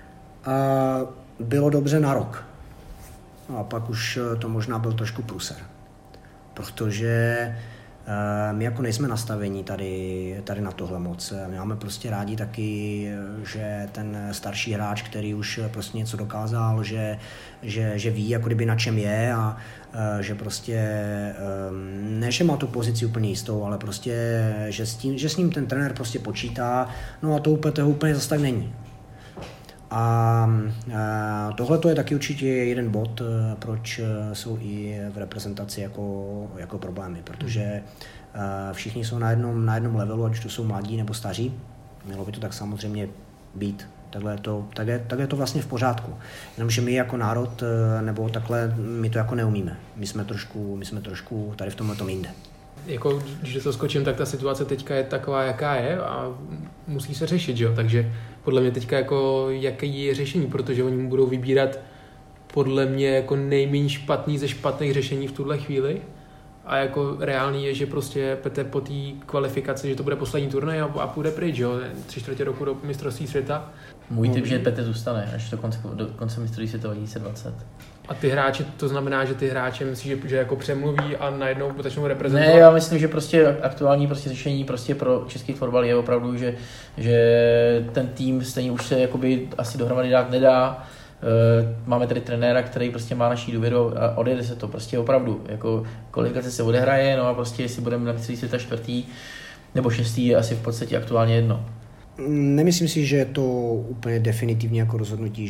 bylo dobře na rok. A pak už to možná byl trošku průser. Protože my jako nejsme nastavení tady na tohle moc. My máme prostě rádi taky, že ten starší hráč, který už prostě něco dokázal, že ví, jako kdyby na čem je a že prostě ne, že má tu pozici úplně jistou, ale prostě, že s ním ten trenér prostě počítá, no a to úplně zase tak není. A tohle to je taky určitě jeden bod, proč jsou i v reprezentaci jako problémy, protože všichni jsou na jednom levelu, ať to jsou mladí nebo staří. Mělo by to tak samozřejmě být. Tak je to vlastně v pořádku. Jenomže my jako národ, nebo takhle, my to jako neumíme. My jsme trošku tady v tomhletom jinde. Jako, když to skočím, tak ta situace teďka je taková, jaká je a musí se řešit, že jo? Takže podle mě teďka jako jaký je řešení, protože oni mu budou vybírat podle mě jako nejméně špatný ze špatných řešení v tuhle chvíli a jako reálný je, že prostě Pete po té kvalifikaci, že to bude poslední turnaj a půjde pryč, jo? 3/4 roku do mistrovství světa. Můj tip, že Pete zůstane až do konce mistrovství světa 2020. A ty hráči, to znamená, že ty hráče myslíš, že jako přemluví a najednou začnou reprezentovat? Ne, já myslím, že prostě aktuální prostě řešení prostě pro český fotbal je opravdu, že ten tým stejně už se jakoby asi dohromady dát nedá. Máme tady trenéra, který prostě má naší důvěru a odjede se to prostě opravdu. Jako kvalifikace se odehraje, no a prostě jestli budeme na mistrovství světa 4. nebo 6. je asi v podstatě aktuálně jedno. Nemyslím si, že je to úplně definitivní jako rozhodnutí,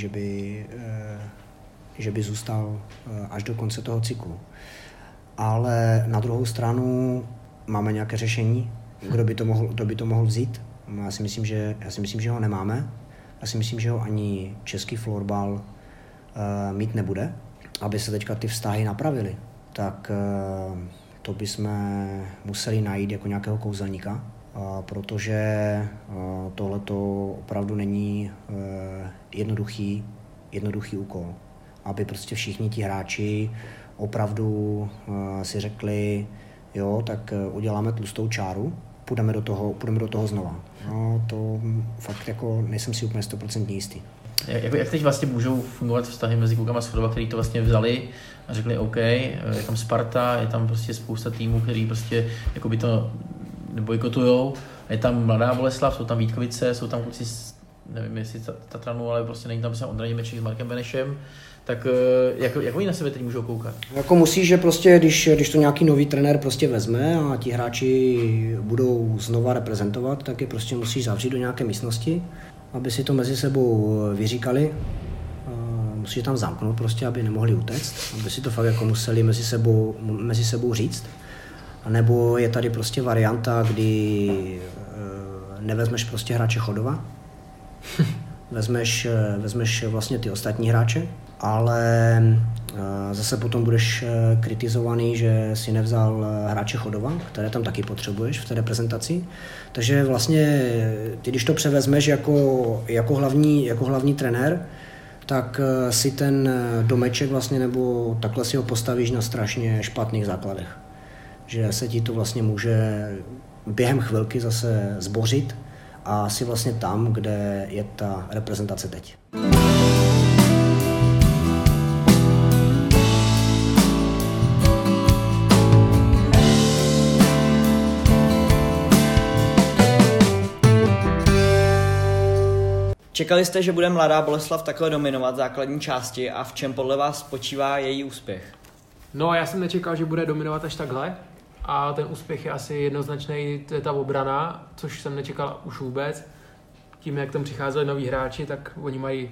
že by zůstal až do konce toho cyklu. Ale na druhou stranu máme nějaké řešení, kdo by to mohl vzít. Já si myslím, že ho nemáme. Já si myslím, že ho ani český florbal mít nebude. Aby se teďka ty vztahy napravily, tak to bychom museli najít jako nějakého kouzelníka, protože tohleto opravdu není jednoduchý úkol. Aby prostě všichni ti hráči opravdu si řekli, jo, tak uděláme tlustou čáru, půjdeme do toho znova. No, to fakt jako nejsem si úplně 100% jistý. Jak teď vlastně můžou fungovat vztahy mezi klukama z Chodova, který to vlastně vzali a řekli OK, je tam Sparta, je tam prostě spousta týmů, který prostě jakoby to bojkotujou, je tam Mladá Boleslav, jsou tam Vítkovice, jsou tam kluci, nevím jestli Tatranu, ale prostě není tam prostě Ondra Němeček s Markem Benešem, tak jak oni na sebe teď můžou koukat? Jako musí, že prostě, když to nějaký nový trenér prostě vezme a ti hráči budou znova reprezentovat, tak je prostě musí zavřít do nějaké místnosti, aby si to mezi sebou vyříkali. Musí tam zamknout prostě, aby nemohli utéct, aby si to fakt jako museli mezi sebou říct. A nebo je tady prostě varianta, kdy nevezmeš prostě hráče Chodova, vezmeš vlastně ty ostatní hráče, ale zase potom budeš kritizovaný, že si nevzal hráče Chodova, které tam taky potřebuješ v té reprezentaci. Takže vlastně ty, když to převezmeš jako hlavní trenér, tak si ten domeček vlastně nebo takhle si ho postavíš na strašně špatných základech. Že se ti to vlastně může během chvilky zase zbořit a si vlastně tam, kde je ta reprezentace teď. Čekali jste, že bude Mladá Boleslav takhle dominovat základní části a v čem podle vás spočívá její úspěch? No, já jsem nečekal, že bude dominovat až takhle a ten úspěch je asi jednoznačný, to je ta obrana, což jsem nečekal už vůbec. Tím, jak tam přicházeli noví hráči, tak oni mají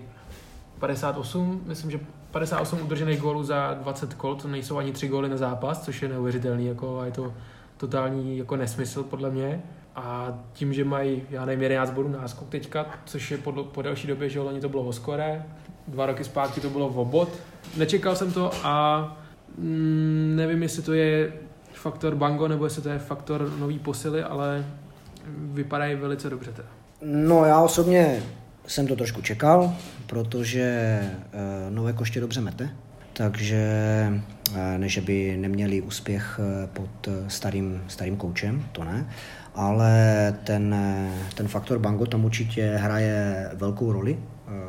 58, myslím, že 58 udržených gólů za 20 kol, to nejsou ani 3 góly na zápas, což je neuvěřitelný, jako, a je to totální jako nesmysl podle mě. A tím, že mají, já nevím, 11 bodů náskok teďka, což je po delší době, že loni to bylo o skore, 2 roky zpátky to bylo o bod. Nečekal jsem to a nevím, jestli to je faktor Bango, nebo jestli to je faktor nový posily, ale vypadají velice dobře teda. No, já osobně jsem to trošku čekal, protože Nové Koště dobře mete, takže než by neměli úspěch pod starým koučem, to ne, ale ten faktor Bango tam určitě hraje velkou roli,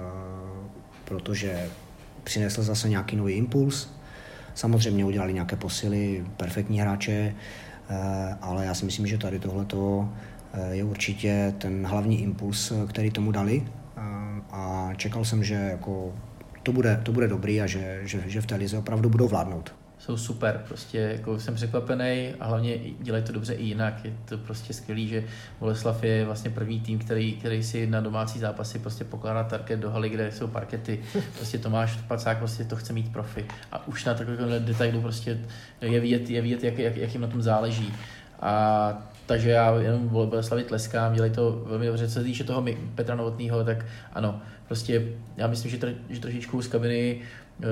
protože přinesl zase nějaký nový impuls. Samozřejmě udělali nějaké posily, perfektní hráče, ale já si myslím, že tady tohleto je určitě ten hlavní impuls, který tomu dali, a čekal jsem, že jako to bude dobrý a že v té lize opravdu budou vládnout. Jsou super, prostě jako jsem překvapený a hlavně dělají to dobře i jinak. Je to prostě skvělý, že Boleslav je vlastně první tým, který si na domácí zápasy prostě pokládá target do haly, kde jsou parkety. Prostě Tomáš Pacák prostě to chce mít profi. A už na takovém detailu prostě je vidět jak jim na tom záleží. A takže já jenom Boleslavi tleskám, dělají to velmi dobře. Co se týče toho Petra Novotného, tak ano, prostě já myslím, že trošičku z kabiny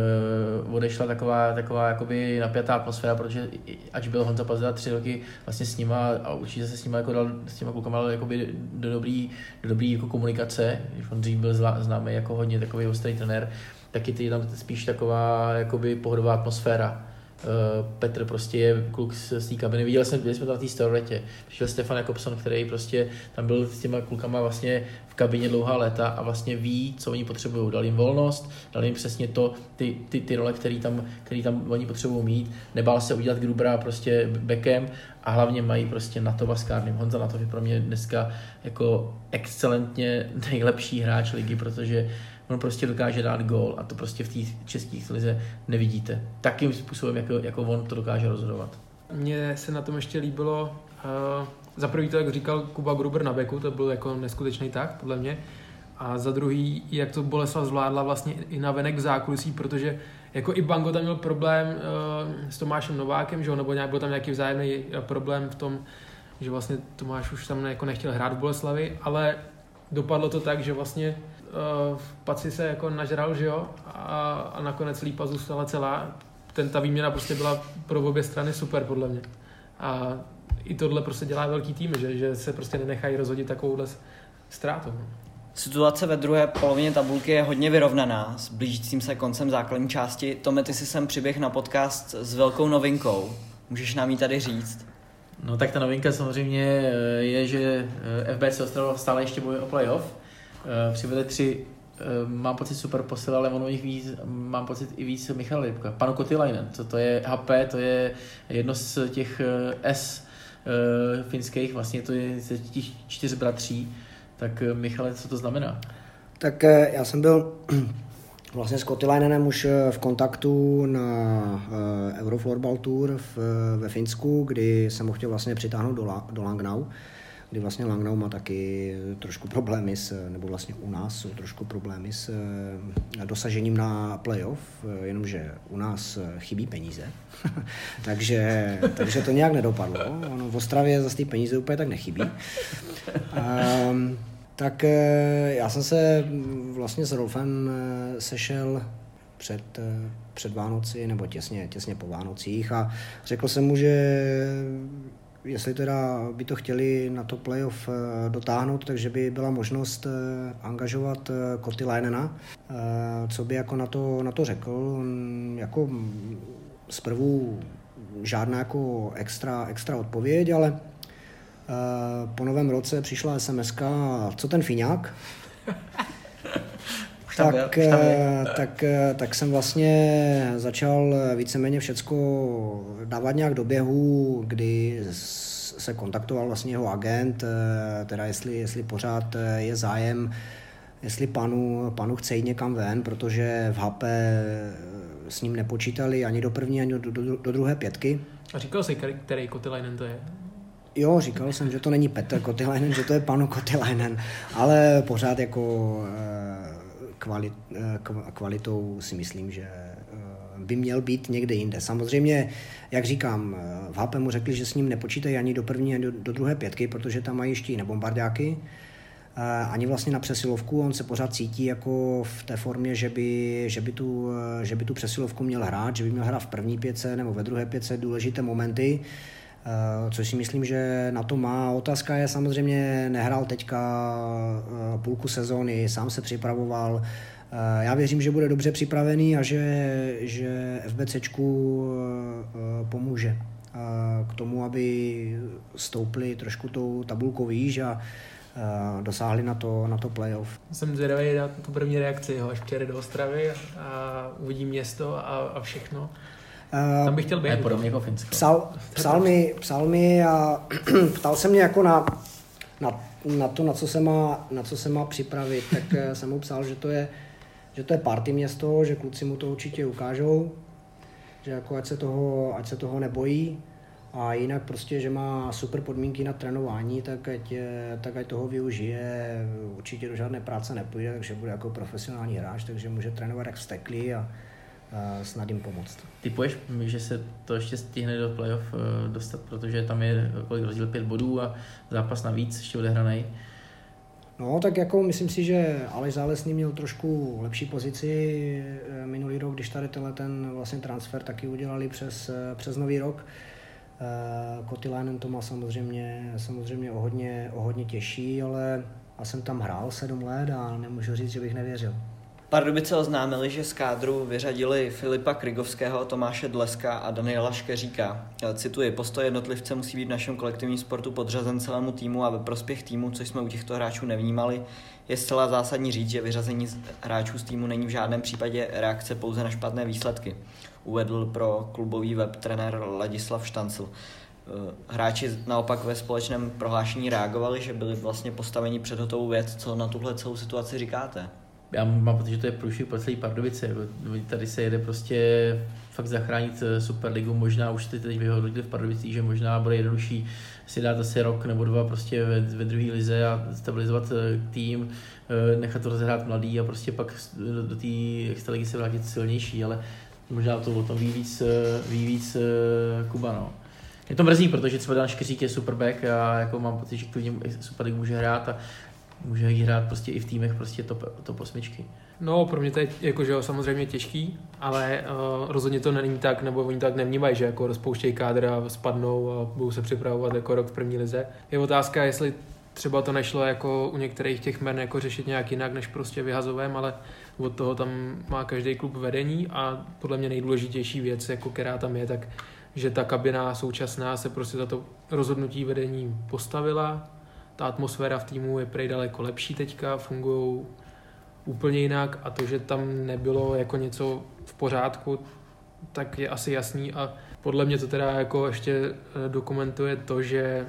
odešla taková jakoby napjatá atmosféra, protože ač byl Honza Pazdela 3 roky vlastně s nima a určitě se s nima jako dal s těma klukama jakoby do dobrý jako komunikace, když on dřív byl známý jako hodně takový ostrý trenér, tak je tam spíš taková jakoby pohodová atmosféra. Petr prostě je kluk z té kabiny, viděli jsme to na té Starletě, přišel Stefan Jakobson, který prostě tam byl s těma klukama vlastně v kabině dlouhá léta a vlastně ví, co oni potřebují, dal jim volnost, dal jim přesně ty role, který tam oni potřebují mít, nebál se udělat Grubera prostě backem a hlavně mají prostě na to Vaskárným. Honza na to je pro mě dneska jako excelentně nejlepší hráč ligy, protože on prostě dokáže dát gól a to prostě v té české lize nevidíte. Takým způsobem, jako on to dokáže rozhodovat. Mně se na tom ještě líbilo, za prvý to, jak říkal Kuba Gruber na beku, to byl jako neskutečný tah, podle mě. A za druhý, jak to Boleslav zvládla vlastně i navenek v zákulisí, protože jako i Bango tam měl problém s Tomášem Novákem, že? Nebo byl tam nějaký vzájemný problém v tom, že vlastně Tomáš už tam jako nechtěl hrát v Boleslavi, ale dopadlo to tak, že vlastně Paci se jako nažral, že jo, a nakonec lípa zůstala celá. Ta výměna prostě byla pro obě strany super, podle mě. A i tohle prostě dělá velký tým, že se prostě nenechají rozhodit takovouhle ztrátou. Situace ve druhé polovině tabulky je hodně vyrovnaná s blížícím se koncem základní části. Tome, ty si sem přiběh na podcast s velkou novinkou. Můžeš nám ji tady říct? No tak ta novinka samozřejmě je, že FBC Ostrava stále ještě bojuje o playoff. Přivedli 3, mám pocit super posil, ale ono jich víc, mám pocit i víc Michal Lipka. Panu Kotilainen, to je HP, to je jedno z těch S finských, vlastně to je z těch 4 bratří. Tak Michale, co to znamená? Tak já jsem byl vlastně s Kotilainenem už v kontaktu na Euroflorbal Tour ve Finsku, kdy jsem ho chtěl vlastně přitáhnout do Langnau, kdy vlastně Langnau má taky trošku problémy nebo vlastně u nás jsou trošku problémy s dosažením na playoff, jenomže u nás chybí peníze, takže to nějak nedopadlo. Ono v Ostravě zase ty peníze úplně tak nechybí. Tak já jsem se vlastně s Rolfem sešel před Vánoci nebo těsně po Vánocích a řekl jsem mu, že jestli teda by to chtěli na to playoff dotáhnout, takže by byla možnost angažovat Kotilainena, co by jako na to řekl. Jako zprvu žádná jako extra odpověď, ale po novém roce přišla SMS-ka, co ten Fiňák? Tak jsem vlastně začal víceméně všecko dávat nějak do běhu, kdy se kontaktoval vlastně jeho agent, teda jestli pořád je zájem, jestli panu chce jít někam ven, protože v Hape s ním nepočítali ani do první, ani do druhé pětky. A říkal jsi, který Kotilainen to je? Jo, říkal jsem, že to není Petr Kotilainen, že to je Panu Kotilainen, ale pořád jako kvalitou si myslím, že by měl být někde jinde. Samozřejmě, jak říkám, v HP mu řekli, že s ním nepočítají ani do první, ani do druhé pětky, protože tam mají ještě jiné bombardáky. Ani vlastně na přesilovku, on se pořád cítí jako v té formě, že by tu přesilovku měl hrát, že by měl hrát v první pětce nebo ve druhé pětce důležité momenty, což si myslím, že na to má. Otázka je samozřejmě, nehrál teďka půlku sezóny, sám se připravoval. Já věřím, že bude dobře připravený a že FBCčku pomůže k tomu, aby stoupli trošku tou tabulkou výš a dosáhli na to playoff. Jsem zvědavý na tu první reakci, až přijede do Ostravy a uvidí město a všechno. Tam bych chtěl být. Je podobně jako Finsko. Psal mi a ptal se mě jako na to, na co se má připravit, tak jsem mu psal, že to je party město, že kluci mu to určitě ukážou, že jako ať se toho nebojí. A jinak prostě, že má super podmínky na trénování, tak ať toho využije. Určitě do žádné práce nepůjde, takže bude jako profesionální hráč, takže může trénovat jak vzteklý a snad jim pomoct. Typuješ, že se to ještě stihne do playoff dostat, protože tam je rozdíl 5 bodů a zápas navíc ještě odehranej? No, tak jako myslím si, že Aleš Zálesný měl trošku lepší pozici minulý rok, když tady ten vlastně transfer taky udělali přes nový rok. Kotilainen to má samozřejmě o hodně těžší, ale já jsem tam hrál 7 let a nemůžu říct, že bych nevěřil. Pardubice oznámili, že z kádru vyřadili Filipa Krygovského, Tomáše Dleska a Daniela Škeříka. Cituji, postoj jednotlivce musí být v našem kolektivním sportu podřazen celému týmu a ve prospěch týmu, což jsme u těchto hráčů nevnímali. Je zcela zásadní říct, že vyřazení hráčů z týmu není v žádném případě reakce pouze na špatné výsledky, uvedl pro klubový web trenér Ladislav Štancl. Hráči naopak ve společném prohlášení reagovali, že byli vlastně postaveni před hotovou věc. Co na tuhle celou situaci říkáte? Já mám pocit, že to je průšvih pro celý Pardubice. Tady se jede prostě fakt zachránit Superligu. Možná už teď vyhodnotili v Pardubicích, že možná bude jednodušší si dát asi rok nebo 2 prostě ve druhé lize a stabilizovat tým, nechat to rozehrát mladý a prostě pak do té extraligy se vrátit silnější, ale možná to o tom ví víc Kuba, no. Je to mrzí, protože třeba Dan Škeřík je superback a jako mám pocit, že klidně Superligu může hrát a může jí hrát prostě i v týmech prostě top 8. No, pro mě to je jakože samozřejmě těžký, ale rozhodně to není tak, nebo oni tak nevnímají, že jako rozpouštějí kádr a spadnou a budou se připravovat jako rok v první lize. Je otázka, jestli třeba to nešlo jako u některých těch men jako řešit nějak jinak než prostě vyhazovém, ale od toho tam má každý klub vedení a podle mě nejdůležitější věc, jako která tam je, tak že ta kabina současná se prostě za to rozhodnutí vedení postavila. Ta atmosféra v týmu je prej daleko lepší teďka, fungují úplně jinak a to, že tam nebylo jako něco v pořádku, tak je asi jasný a podle mě to teda jako ještě dokumentuje to, že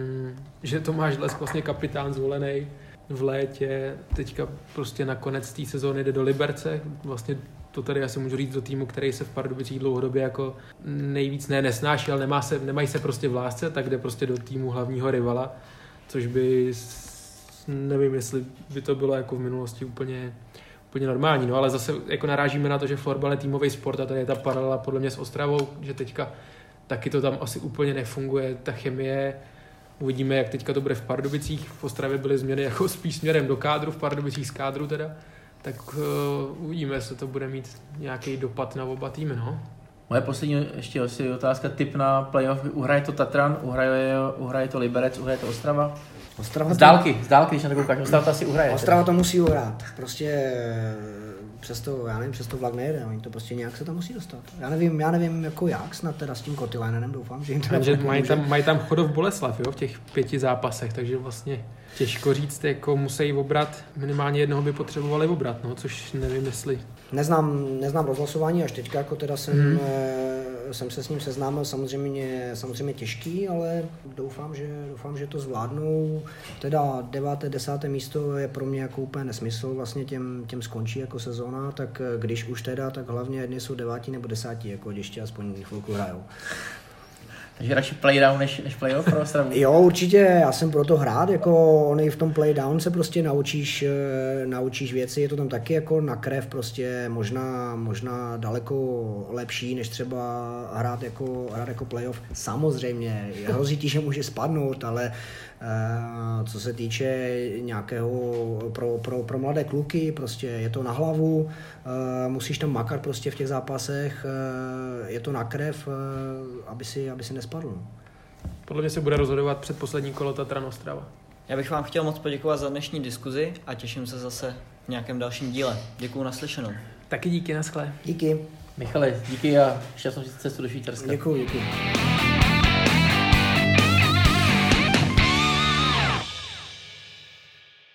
Tomáš Dlesk vlastně kapitán zvolený v létě, teďka prostě na konec té sezóny jde do Liberce, vlastně to tady asi můžu říct do týmu, který se v Pardubicích dlouhodobě jako nejvíc nesnáší, ale nemají se prostě v lásce, tak jde prostě do týmu hlavního rivala, což by, nevím, jestli by to bylo jako v minulosti úplně normální, no ale zase jako narážíme na to, že florbal je týmový sport a tady je ta paralela podle mě s Ostravou, že teďka taky to tam asi úplně nefunguje, ta chemie, uvidíme, jak teďka to bude v Pardubicích, v Ostravě byly změny jako spíš směrem do kádru, v Pardubicích z kádru teda, tak uvidíme, jestli to bude mít nějaký dopad na oba týmy, no. Moje poslední ještě asi otázka, tip na playoff, uhraje to Tatran, uhraje to Liberec, uhraje to Ostrava? Z dálky, když na to koukáš, Ostrava to asi uhraje. Ostrava to musí uhrát, prostě přes to vlak nejde, oni to prostě nějak se tam musí dostat. Já nevím jako jak, snad teda s tím Kotilainenem, doufám, že jim to mají tam Chodov Boleslav, jo, v těch 5 zápasech, takže vlastně těžko říct, jako musí obrat, minimálně jednoho by potřebovali obrat, no, což nevím, jestli... Neznám rozhlasování až teďka, jako teda jsem jsem se s ním seznámil, samozřejmě těžký, ale doufám, že to zvládnou. Teda 9., 10. místo je pro mě jako úplně nesmysl, vlastně těm skončí jako sezóna, tak když už teda, tak hlavně jedni jsou 9. nebo 10. jako ještě aspoň chvilku hrajou. Takže radši playdown než playoff pro Ostravu? Jo, určitě, já jsem pro to hrát, jako on v tom playdown se prostě naučíš věci, je to tam taky jako na krev prostě možná daleko lepší, než třeba hrát jako playoff. Samozřejmě, hrozí ti, že může spadnout, ale co se týče nějakého pro mladé kluky, prostě je to na hlavu, musíš tam makat prostě v těch zápasech, je to na krev, aby si nespadl. Podle mě se bude rozhodovat před poslední kolo Tatran Ostrava. Já bych vám chtěl moc poděkovat za dnešní diskuzi a těším se zase v nějakém dalším díle. Děkuju, naslyšenou. Taky díky, naschle. Díky. Michale, díky a šťastnou cestu do Švýcarska. Děkuji.